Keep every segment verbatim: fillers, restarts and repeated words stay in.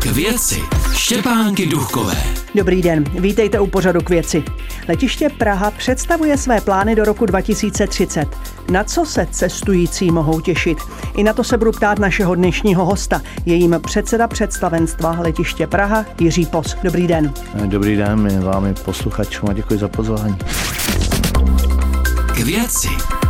K věci Štěpánky Duchkové. Dobrý den, vítejte u pořadu K věci. Letiště Praha představuje své plány do roku dva tisíce třicet. Na co se cestující mohou těšit? I na to se budu ptát našeho dnešního hosta. Je jím předseda představenstva Letiště Praha Jiří Pos. Dobrý den. Dobrý den, my vám i posluchačům a děkuji za pozvání. K věci.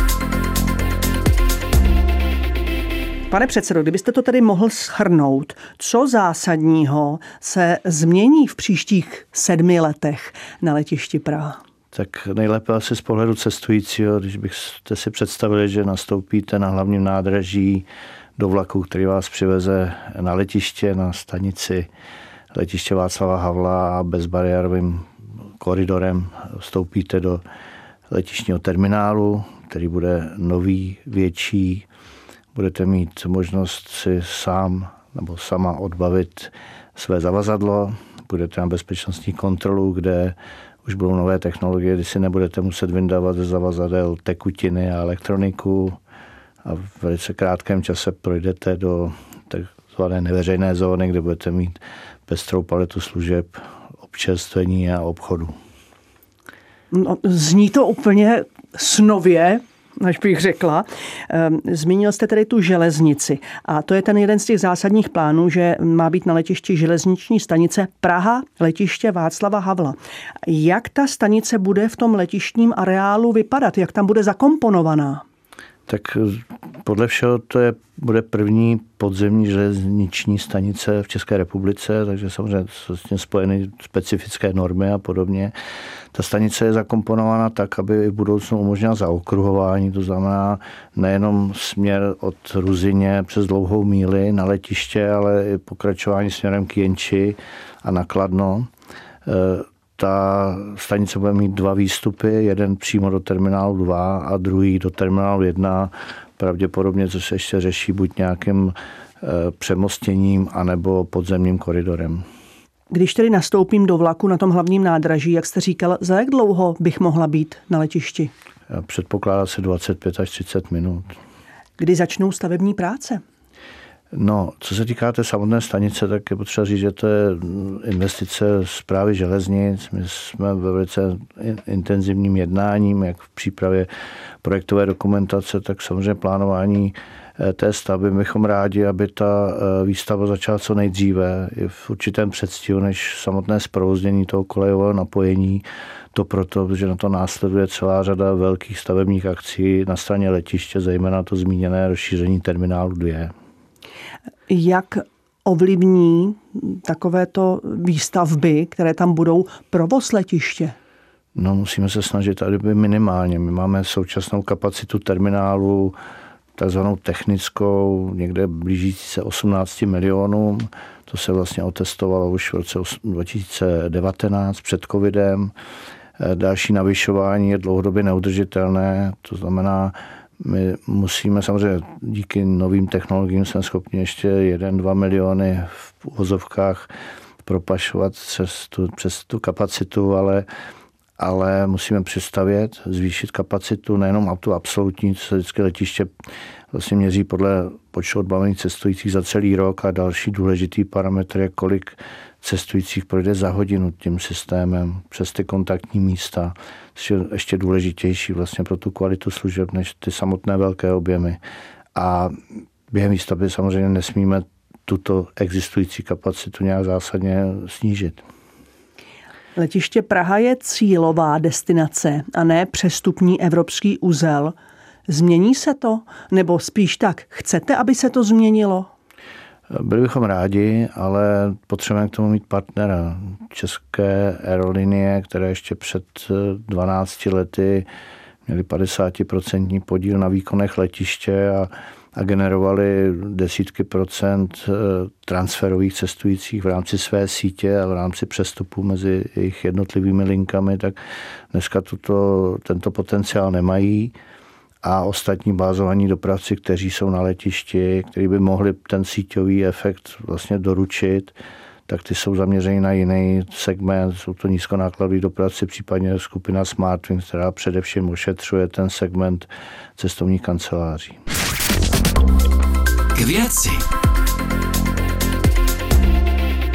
Pane předsedo, kdybyste to tedy mohl shrnout, co zásadního se změní v příštích sedmi letech na letišti Praha? Tak nejlépe asi z pohledu cestujícího, když byste si představili, že nastoupíte na hlavním nádraží do vlaku, který vás přiveze na letiště, na stanici letiště Václava Havla a bezbariérovým koridorem vstoupíte do letištního terminálu, který bude nový, větší. Budete mít možnost si sám nebo sama odbavit své zavazadlo. Budete na bezpečnostní kontrolu, kde už budou nové technologie, kdy si nebudete muset vyndávat ze zavazadel tekutiny a elektroniku. A v velice krátkém čase projdete do takzvané neveřejné zóny, kde budete mít pestrou paletu služeb, občerstvení a obchodu. No, zní to úplně snově, až bych řekla. Zmínil jste tedy tu železnici a to je ten jeden z těch zásadních plánů, že má být na letišti železniční stanice Praha, letiště Václava Havla. Jak ta stanice bude v tom letištním areálu vypadat? Jak tam bude zakomponovaná? Tak podle všeho to je, bude první podzemní železniční stanice v České republice, takže samozřejmě vlastně spojeny specifické normy a podobně. Ta stanice je zakomponována tak, aby v budoucnu umožnila zaokruhování, to znamená nejenom směr od Ruzyně přes Dlouhou míli na letiště, ale i pokračování směrem k Jenči a na Kladno. Ta stanice bude mít dva výstupy, jeden přímo do terminálu dva a druhý do terminálu jedna. Pravděpodobně, co se ještě řeší, buď nějakým přemostěním anebo podzemním koridorem. Když tedy nastoupím do vlaku na tom hlavním nádraží, jak jste říkal, za jak dlouho bych mohla být na letišti? Předpokládá se dvacet pět až třicet minut. Kdy začnou stavební práce? No, co se týká té samotné stanice, tak je potřeba říct, že to je investice Správy železnic. My jsme ve velice intenzivním jednáním, jak v přípravě projektové dokumentace, tak samozřejmě plánování té stavby. Bychom rádi, aby ta výstavba začala co nejdříve, i v určitém předstihu, než samotné zprovoznění toho kolejového napojení. To proto, že na to následuje celá řada velkých stavebních akcí na straně letiště, zejména to zmíněné rozšíření terminálu dva. Jak ovlivní takovéto výstavby, které tam budou, provoz letiště? No, musíme se snažit, aby minimálně. My máme současnou kapacitu terminálu, takzvanou technickou, někde blížící se osmnácti milionům. To se vlastně otestovalo už v roce dva tisíce devatenáct před covidem. Další navyšování je dlouhodobě neudržitelné, to znamená, my musíme samozřejmě díky novým technologiím jsme schopni ještě jedna dva miliony v uvozovkách propašovat přes tu, přes tu kapacitu, ale, ale musíme přistavět, zvýšit kapacitu, nejenom tu absolutní, co se vždycky letiště vlastně měří podle počtu odbavených cestujících za celý rok a další důležitý parametr je, kolik cestujících projde za hodinu tím systémem přes ty kontaktní místa. To je ještě důležitější vlastně pro tu kvalitu služeb než ty samotné velké objemy. A během výstavby samozřejmě nesmíme tuto existující kapacitu nějak zásadně snížit. Letiště Praha je cílová destinace a ne přestupní evropský uzel. Změní se to? Nebo spíš tak, chcete, aby se to změnilo? Byli bychom rádi, ale potřebujeme k tomu mít partnera. České aerolinie, které ještě před dvanácti lety měly padesát procent podíl na výkonech letiště a, a generovali desítky procent transferových cestujících v rámci své sítě a v rámci přestupu mezi jejich jednotlivými linkami, tak dneska tuto, tento potenciál nemají. A ostatní bázovaní dopravci, kteří jsou na letišti, kteří by mohli ten síťový efekt vlastně doručit, tak ty jsou zaměřeny na jiný segment. Jsou to nízkonákladoví dopravci, případně skupina Smartwings, která především ošetřuje ten segment cestovních kanceláří. K věci.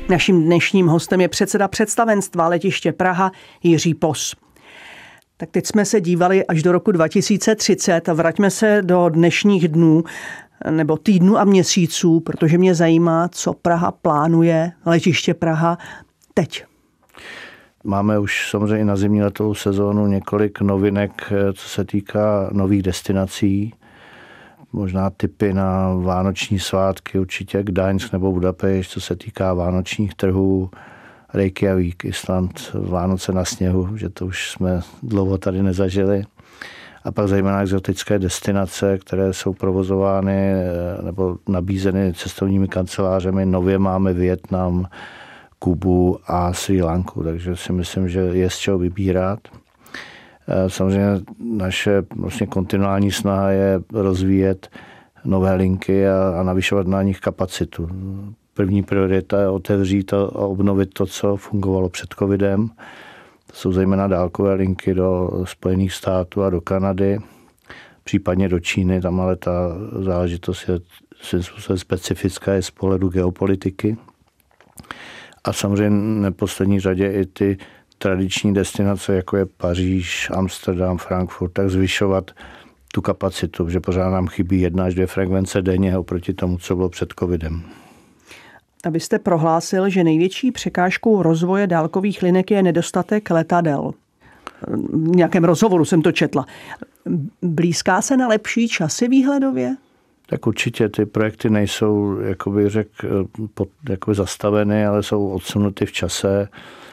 Naším dnešním hostem je předseda představenstva letiště Praha Jiří Pos. Tak teď jsme se dívali až do roku dva tisíce třicet a vraťme se do dnešních dnů nebo týdnů a měsíců, protože mě zajímá, co Praha plánuje, letiště Praha teď. Máme už samozřejmě na zimní letovou sezónu několik novinek, co se týká nových destinací. Možná tipy na vánoční svátky, určitě Gdaňsk nebo Budapešť, co se týká vánočních trhů, Reykjavík, Island, Vánoce na sněhu, že to už jsme dlouho tady nezažili. A pak zejména exotické destinace, které jsou provozovány nebo nabízeny cestovními kancelářemi. Nově máme Vietnam, Kubu a Srí Lanku, takže si myslím, že je z čeho vybírat. Samozřejmě naše vlastně kontinuální snaha je rozvíjet nové linky a, a navyšovat na nich kapacitu. První priorita je otevřít a obnovit to, co fungovalo před covidem. To jsou zejména dálkové linky do Spojených států a do Kanady, případně do Číny, tam ale ta záležitost je svým způsobem specifická je z pohledu geopolitiky. A samozřejmě v neposlední řadě i ty tradiční destinace, jako je Paříž, Amsterdam, Frankfurt, tak zvyšovat tu kapacitu, že pořád nám chybí jedna až dvě frekvence denně oproti tomu, co bylo před covidem. Abyste prohlásil, že největší překážkou rozvoje dálkových linek je nedostatek letadel. V nějakém rozhovoru jsem to četla. Blízká se na lepší časy výhledově? Tak určitě ty projekty nejsou, jak bych řekl, jakoby zastaveny, ale jsou odsunuty v čase.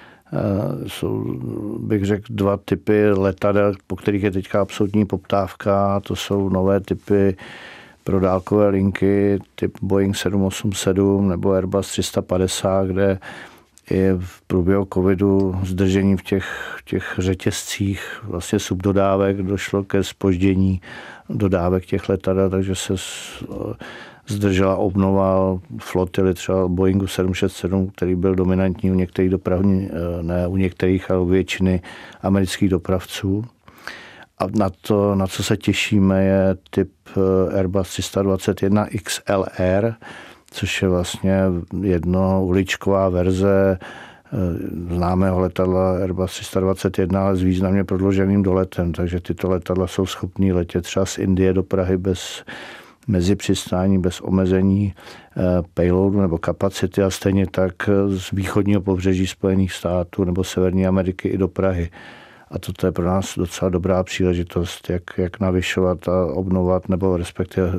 Jsou, bych řekl, dva typy letadel, po kterých je teďka absolutní poptávka. To jsou nové typy pro dálkové linky, typ Boeing sedm osm sedm nebo Airbus tři sta padesát, kde i v průběhu covidu zdržení v těch, v těch řetězcích vlastně subdodávek došlo ke zpoždění dodávek těch letadel, takže se zdržela obnova flotily třeba Boeingu sedm šest sedm, který byl dominantní u některých dopravní, ne u některých, ale u většiny amerických dopravců. A na to, na co se těšíme, je typ Airbus tři sta dvacet jedna X L R, což je vlastně jednouličková verze známého letadla Airbus tři sta dvacet jedna, ale s významně prodlouženým doletem. Takže tyto letadla jsou schopný letět třeba z Indie do Prahy bez mezipřistání, bez omezení payloadu nebo kapacity a stejně tak z východního pobřeží Spojených států nebo Severní Ameriky i do Prahy. A toto je pro nás docela dobrá příležitost, jak, jak navyšovat a obnovovat nebo respektive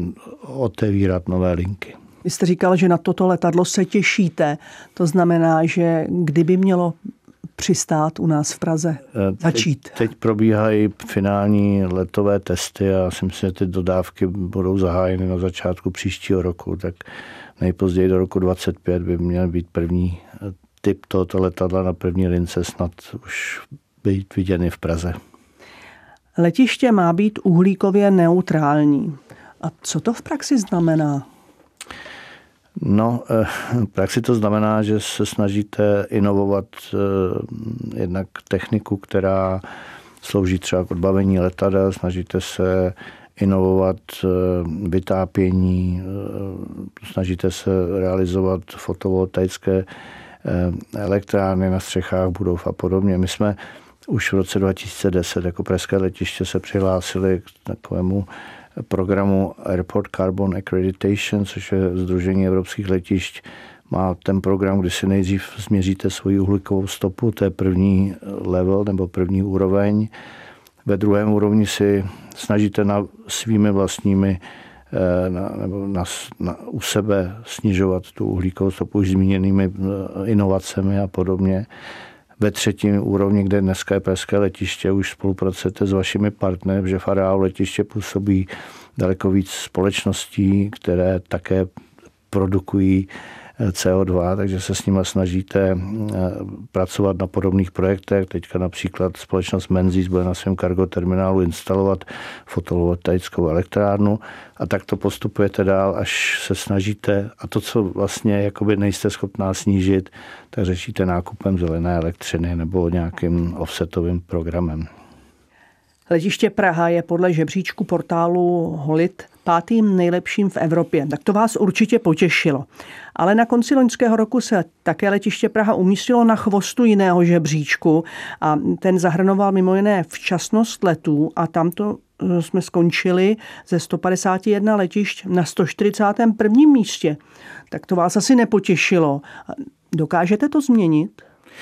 otevírat nové linky. Vy jste říkal, že na toto letadlo se těšíte. To znamená, že kdyby mělo přistát u nás v Praze, začít? Teď, teď probíhají finální letové testy a si myslím, že ty dodávky budou zahájeny na začátku příštího roku, tak nejpozději do roku dvacet pět by měl být první typ tohoto letadla na první lince snad už být viděny v Praze. Letiště má být uhlíkově neutrální. A co to v praxi znamená? No, v praxi to znamená, že se snažíte inovovat jednak techniku, která slouží třeba k odbavení letadel, snažíte se inovovat vytápění, snažíte se realizovat fotovoltaické elektrárny na střechách budov a podobně. My jsme už v roce dva tisíce deset jako pražské letiště se přihlásili k takovému programu Airport Carbon Accreditation, což je Sdružení evropských letišť. Má ten program, kdy si nejdřív změříte svoji uhlíkovou stopu, to je první level nebo první úroveň. Ve druhém úrovni si snažíte na svými vlastními na, nebo na, na, u sebe snižovat tu uhlíkovou stopu už zmíněnými inovacemi a podobně. Ve třetím úrovni, kde dneska je pražské letiště, už spolupracujete s vašimi partnery, že v areálu letiště působí daleko víc společností, které také produkují C O dva, takže se s nimi snažíte pracovat na podobných projektech. Teďka například společnost Menzies bude na svém cargo terminálu instalovat fotovoltaickou elektrárnu a tak to postupujete dál, až se snažíte a to, co vlastně jakoby nejste schopná snížit, tak řešíte nákupem zelené elektřiny nebo nějakým offsetovým programem. Letiště Praha je podle žebříčku portálu Holit pátým nejlepším v Evropě. Tak to vás určitě potěšilo. Ale na konci loňského roku se také letiště Praha umístilo na chvostu jiného žebříčku a ten zahrnoval mimo jiné včasnost letů a tamto jsme skončili ze sto padesát jedna letišť na sto čtyřicátém prvním místě. Tak to vás asi nepotěšilo. Dokážete to změnit?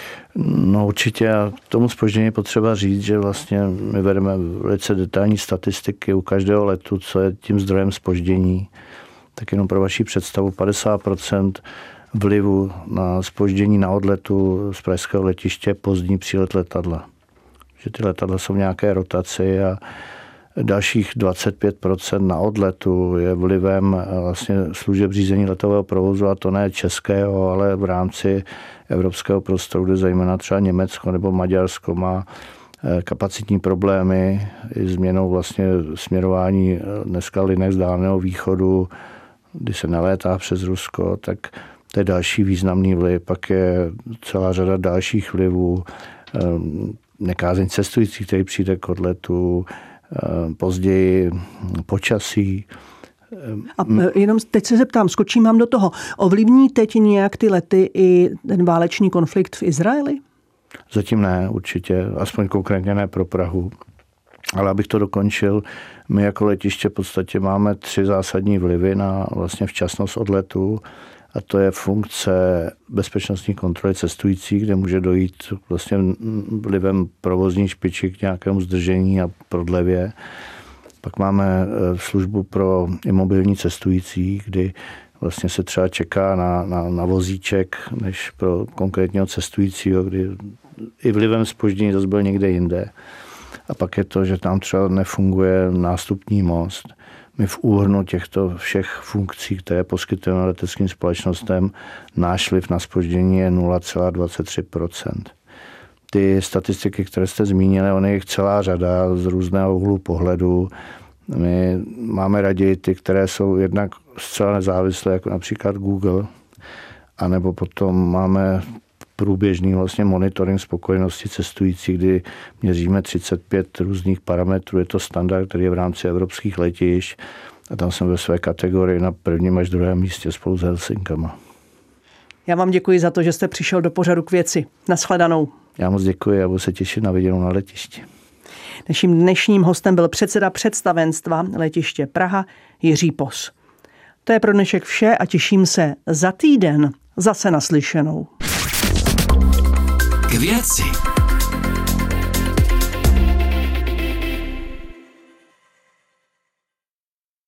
No určitě, a k tomu zpoždění je potřeba říct, že vlastně my vedeme velice detailní statistiky u každého letu, co je tím zdrojem zpoždění. Tak jenom pro vaši představu, padesát procent vlivu na zpoždění na odletu z pražského letiště pozdní přílet letadla. Že ty letadla jsou v nějaké rotaci a dalších dvacet pět procent na odletu je vlivem vlastně služeb řízení letového provozu, a to ne českého, ale v rámci evropského prostoru, kde zejména třeba Německo nebo Maďarsko má kapacitní problémy i změnou vlastně směrování dneska linek z Dálného východu, kdy se nelétá přes Rusko, tak to je další významný vliv. Pak je celá řada dalších vlivů, nekázeň cestujících, který přijde k odletu, později počasí. A jenom teď se zeptám, skočím vám do toho. Ovlivní teď nějak ty lety i ten válečný konflikt v Izraeli? Zatím ne, určitě, aspoň konkrétně ne pro Prahu. Ale abych to dokončil, my jako letiště v podstatě máme tři zásadní vlivy na vlastně včasnost odletu, a to je funkce bezpečnostní kontroly cestujících, kde může dojít vlastně vlivem provozní špičky k nějakému zdržení a prodlevě. Pak máme službu pro imobilní cestující, kdy vlastně se třeba čeká na, na, na vozíček, než pro konkrétního cestujícího, kdy i vlivem zpoždění zase byl někde jinde. A pak je to, že tam třeba nefunguje nástupní most. My v úhrnu těchto všech funkcí, které poskytujeme leteckým společnostem, náš vliv na zpoždění je nula celá dvacet tři procenta. Ty statistiky, které jste zmínili, on je jich celá řada z různého úhlu pohledu. My máme raději ty, které jsou jednak zcela nezávislé, jako například Google, anebo potom máme průběžný vlastně monitoring spokojenosti cestujících, kdy měříme třicet pět různých parametrů. Je to standard, který je v rámci evropských letišť, a tam jsem ve své kategorii na prvním až druhém místě spolu s Helsinkama. Já vám děkuji za to, že jste přišel do pořadu K věci. Nashledanou. Já moc děkuji a budu se těšit na viděnou na letišti. Naším dnešním hostem byl předseda představenstva letiště Praha Jiří Pos. To je pro dnešek vše a těším se za týden zase naslyšenou. K věci.